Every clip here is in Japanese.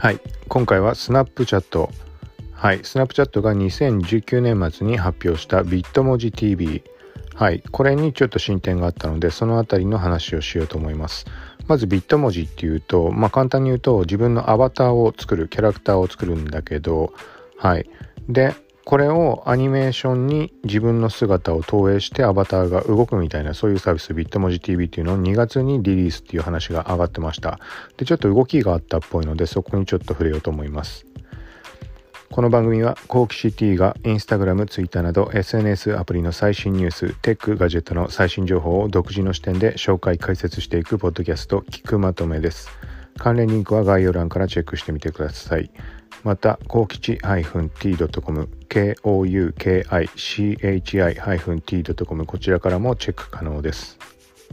はい、今回はスナップチャット。はい、スナップチャットが2019年末に発表したビット文字 TV。はい、これにちょっと進展があったので、そのあたりの話をしようと思います。まずビット文字っていうと、簡単に言うと自分のアバターを作る、キャラクターを作るんだけど、はい。で、これをアニメーションに自分の姿を投影してアバターが動くみたいな、そういうサービス、ビット文字 TV っていうのを2月にリリースっていう話が上がってました。で、ちょっと動きがあったっぽいので、そこにちょっと触れようと思います。この番組はコウキシ T がインスタグラム、ツイッターなど SNS アプリの最新ニュース、テック、ガジェットの最新情報を独自の視点で紹介、解説していくポッドキャスト、聞くまとめです。関連リンクは概要欄からチェックしてみてください。また、コウキチ -t.com、KOUKICHI-t.com、こちらからもチェック可能です。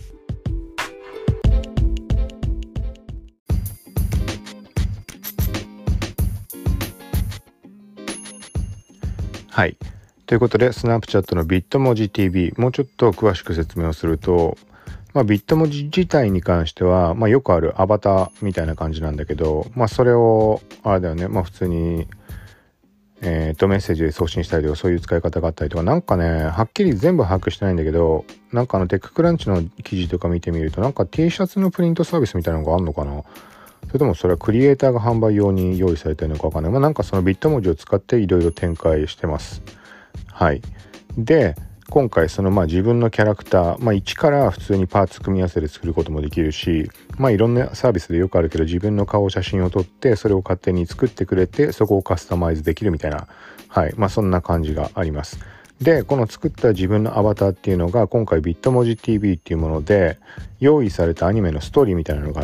はい。ということで、スナップチャットのビット文字 TV、もうちょっと詳しく説明をすると、ビット文字自体に関しては、よくあるアバターみたいな感じなんだけど、それを、あれだよね、普通に、メッセージで送信したりとか、そういう使い方があったりとか、はっきり全部把握してないんだけど、テッククランチの記事とか見てみると、T シャツのプリントサービスみたいなのがあるのかな。それともそれはクリエイターが販売用に用意されてるのかわかんない。そのビット文字を使っていろいろ展開してます。はい。で、今回その自分のキャラクター、一から普通にパーツ組み合わせで作ることもできるし、いろんなサービスでよくあるけど、自分の顔写真を撮ってそれを勝手に作ってくれて、そこをカスタマイズできるみたいな、はい、そんな感じがあります。で、この作った自分のアバターっていうのが今回ビット文字 TV っていうもので用意されたアニメのストーリーみたいなのがあって、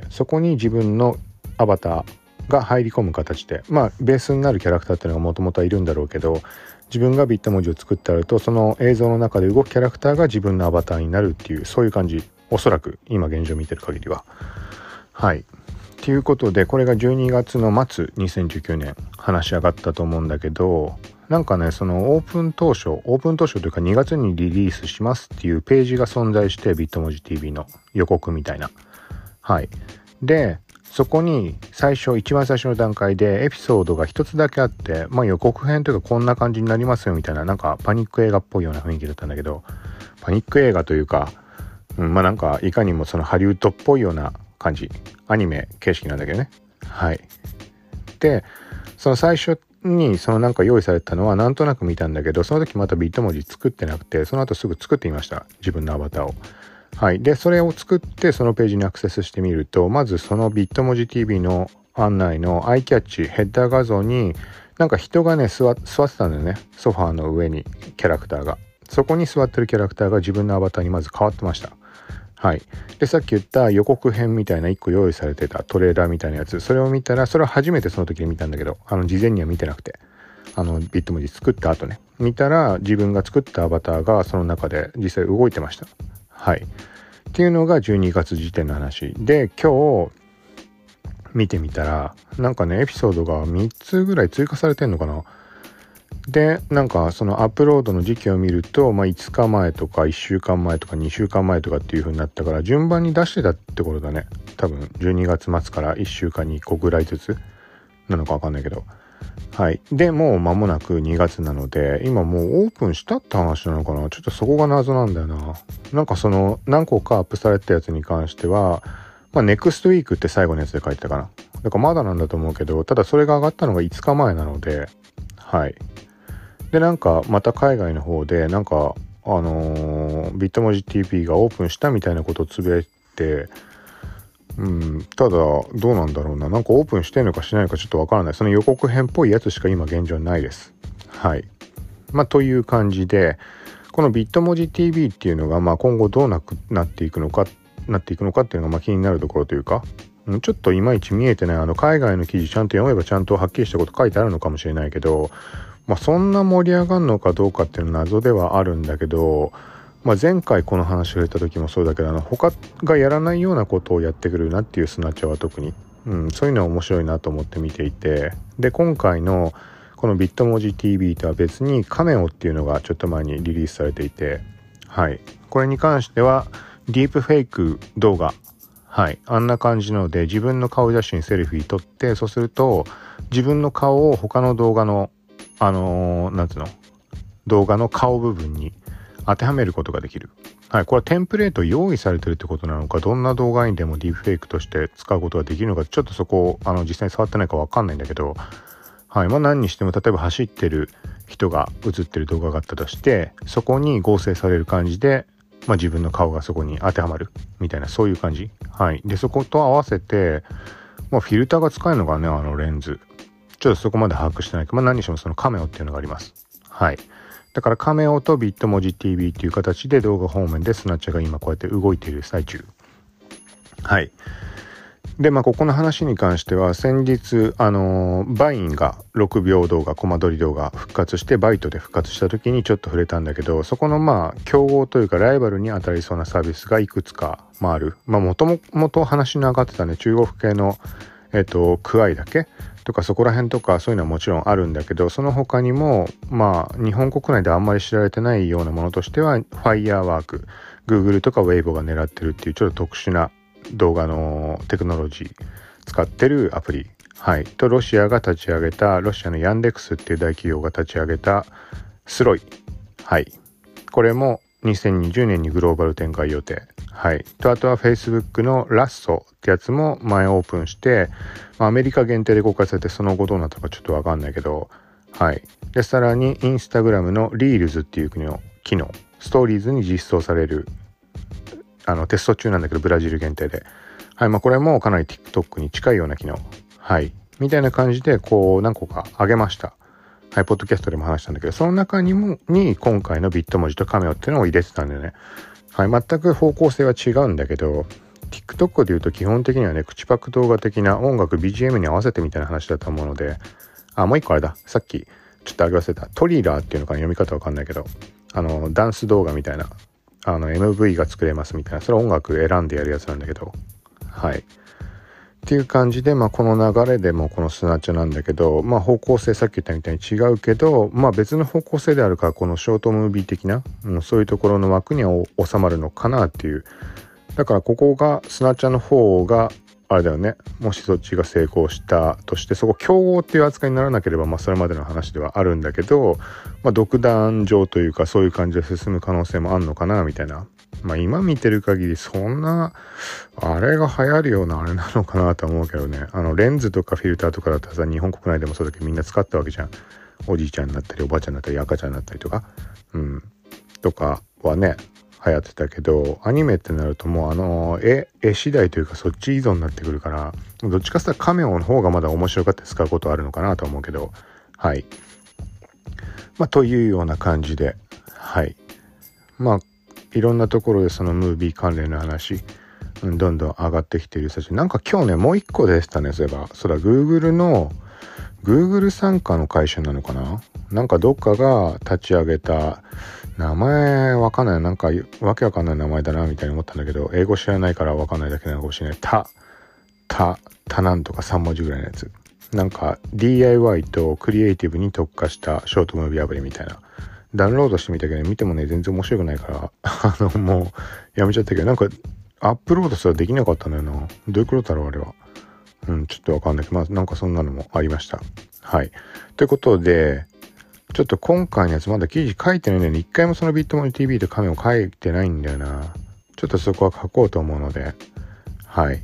そこに自分のアバターが入り込む形で、ベースになるキャラクターっていうのがもともとはいるんだろうけど、自分がビット文字を作ってあると、その映像の中で動くキャラクターが自分のアバターになるっていう、そういう感じ。おそらく今現状見てる限りは。はい。ということで、これが12月の末2019年話し上がったと思うんだけど、そのオープン当初というか2月にリリースしますっていうページが存在して、ビット文字 TV の予告みたいな。はい。で、そこに一番最初の段階でエピソードが一つだけあって、予告編というかこんな感じになりますよみたいな、パニック映画っぽいような雰囲気だったんだけど、パニック映画というか、いかにもそのハリウッドっぽいような感じ、アニメ形式なんだけどね。はい。で、その最初に用意されたのはなんとなく見たんだけど、その時またビット文字作ってなくて、その後すぐ作ってみました。自分のアバターを。はい。で、それを作ってそのページにアクセスしてみると、まずそのビット文字 TV の案内のアイキャッチ、ヘッダー画像に人がね、座ってたんだよね。ソファーの上にキャラクターが。そこに座ってるキャラクターが自分のアバターにまず変わってました。はい。で、さっき言った予告編みたいな1個用意されてたトレーラーみたいなやつ、それを見たら、それは初めてその時に見たんだけど、事前には見てなくて、ビット文字作った後ね、見たら自分が作ったアバターがその中で実際動いてました。はい。っていうのが12月時点の話で、今日見てみたらエピソードが3つぐらい追加されてんのかな。で、そのアップロードの時期を見ると、5日前とか1週間前とか2週間前とかっていう風になったから、順番に出してたってことだね。多分12月末から1週間に1個ぐらいずつなのかわかんないけど。はい。で、もう間もなく2月なので、今もうオープンしたって話なのかな。ちょっとそこが謎なんだよな。その何個かアップされたやつに関しては、ネクストウィークって最後のやつで書いてたかな。だからまだなんだと思うけど、ただそれが上がったのが5日前なので、はい。で、また海外の方で、ビット文字 TV がオープンしたみたいなことをつぶやいて、ただどうなんだろうな。オープンしてんのかしないのかちょっとわからない。その予告編っぽいやつしか今現状ないです。はい。という感じで、このビット文字 TV っていうのが今後どうなっていくのかっていうのが気になるところというか、ちょっといまいち見えてない。海外の記事ちゃんと読めばちゃんとはっきりしたこと書いてあるのかもしれないけど、そんな盛り上がるのかどうかっていうのは謎ではあるんだけど、前回この話を言った時もそうだけど、他がやらないようなことをやってくるなっていうスナッチャーは特に、そういうのは面白いなと思って見ていて、で、今回のこのビット文字 TV とは別にカメオっていうのがちょっと前にリリースされていて、はい。これに関してはディープフェイク動画、 はい。あんな感じなので、自分の顔写真セルフィー撮って、そうすると、自分の顔を他の動画の、なんつうの、動画の顔部分に当てはめることができる。はい。これはテンプレート用意されてるってことなのか、どんな動画にでもディープフェイクとして使うことができるのか、ちょっとそこを、実際に触ってないかわかんないんだけど、はい。まあ何にしても、例えば走ってる人が映ってる動画があったとして、そこに合成される感じで、まあ自分の顔がそこに当てはまるみたいな、そういう感じ。はい。で、そこと合わせて、まあフィルターが使えるのかね、レンズ。ちょっとそこまで把握してないけど、まあ何にしてもそのカメオっていうのがあります。はい。だからカメオとビット文字 TV っていう形で動画方面でスナッチャーが今こうやって動いている最中。はい。で、まあここの話に関しては先日、バインが6秒動画、コマ撮り動画復活してバイトで復活した時にちょっと触れたんだけど、そこのまあ競合というかライバルに当たりそうなサービスがいくつか、ある。まあもともと話に上がってたね、中国系のクアイだけとかそこら辺とかそういうのはもちろんあるんだけど、その他にもまあ日本国内であんまり知られてないようなものとしては Firework、Google とか Weibo が狙ってるっていうちょっと特殊な動画のテクノロジー使ってるアプリ、はい、とロシアが立ち上げた、ロシアのヤンデックスっていう大企業が立ち上げたスロイ、はい、これも2020年にグローバル展開予定。はい。と、あとは Facebook のラッソってやつも前オープンして、アメリカ限定で公開されてその後どうなったかちょっとわかんないけど、はい。で、さらに Instagram の Reels っていう国の機能、ストーリーズに実装される、テスト中なんだけど、ブラジル限定で。はい。まあ、これもかなり TikTok に近いような機能。はい。みたいな感じで、こう、何個か上げました。はい、ポッドキャストでも話したんだけど、その中に今回のビット文字とカメオっていうのを入れてたんだよね。はい、全く方向性は違うんだけど、TikTok で言うと基本的にはね、口パク動画的な音楽 BGM に合わせてみたいな話だと思うので、もう一個あれだ、さっきちょっと上げ忘れた、トリラーっていうのかな、読み方わかんないけど、ダンス動画みたいな、MV が作れますみたいな、それ音楽選んでやるやつなんだけど、はい。っていう感じで、まあこの流れでもこのスナッチャなんだけど、まあ方向性さっき言ったみたいに違うけど、まあ別の方向性であるから、このショートムービー的な、そういうところの枠には収まるのかなっていう。だからここがスナッチャの方があれだよね、もしそっちが成功したとして、そこ競合っていう扱いにならなければ、まあそれまでの話ではあるんだけど、まあ独壇場というかそういう感じで進む可能性もあんのかなみたいな。まあ今見てる限りそんなあれが流行るようなあれなのかなと思うけどね。レンズとかフィルターとかだったらさ、日本国内でもそうだけどみんな使ったわけじゃん。おじいちゃんになったりおばあちゃんになったり赤ちゃんになったりとか、とかはね流行ってたけど、アニメってなるともう絵次第というかそっち依存になってくるから、どっちかって言ったらカメオの方がまだ面白がって使うことあるのかなと思うけど、はい。まあというような感じで、はい。まあいろんなところでそのムービー関連の話、どんどん上がってきている最中、なんか今日ねもう一個でしたね。そういえばそれは Google 傘下の会社なのかな、なんかどっかが立ち上げた、名前わかんない、なんかわけわかんない名前だなみたいに思ったんだけど、英語知らないからわかんないだけなのかもしれない。たなんとか3文字ぐらいのやつ、なんか DIY とクリエイティブに特化したショートムービーアプリみたいな。ダウンロードしてみたけど、見てもね全然面白くないからもうやめちゃったけど、なんかアップロードすらできなかったんだよな。どういうことだろうあれは。ちょっとわかんないけど、まあなんかそんなのもありました。はい。ということで、ちょっと今回のやつまだ記事書いてないのに、一回もそのビットモニ TV とカメを書いてないんだよな。ちょっとそこは書こうと思うので、はい。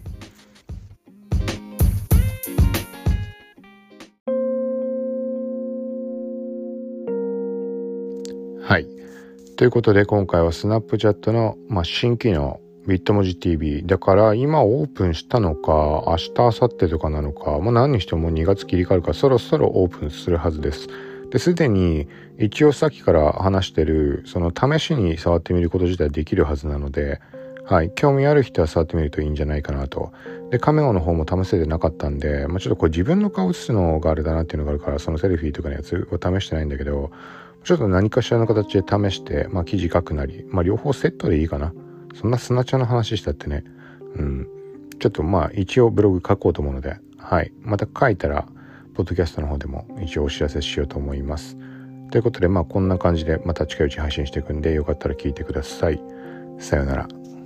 はい。ということで今回はスナップチャットの、新機能、ビット文字 TV。だから今オープンしたのか、明日、明後日とかなのか、何にしても2月切り替わるからそろそろオープンするはずです。で、すでに一応さっきから話してる、その試しに触ってみること自体できるはずなので、はい。興味ある人は触ってみるといいんじゃないかなと。で、カメオの方も試せてなかったんで、ちょっとこれ自分の顔映すのがあれだなっていうのがあるから、そのセルフィーとかのやつを試してないんだけど、ちょっと何かしらの形で試して、記事書くなり、両方セットでいいかな。そんなスナチャの話したってね、ちょっと一応ブログ書こうと思うので、はい。また書いたら、ポッドキャストの方でも一応お知らせしようと思います。ということで、こんな感じでまた近いうち配信していくんで、よかったら聞いてください。さようなら。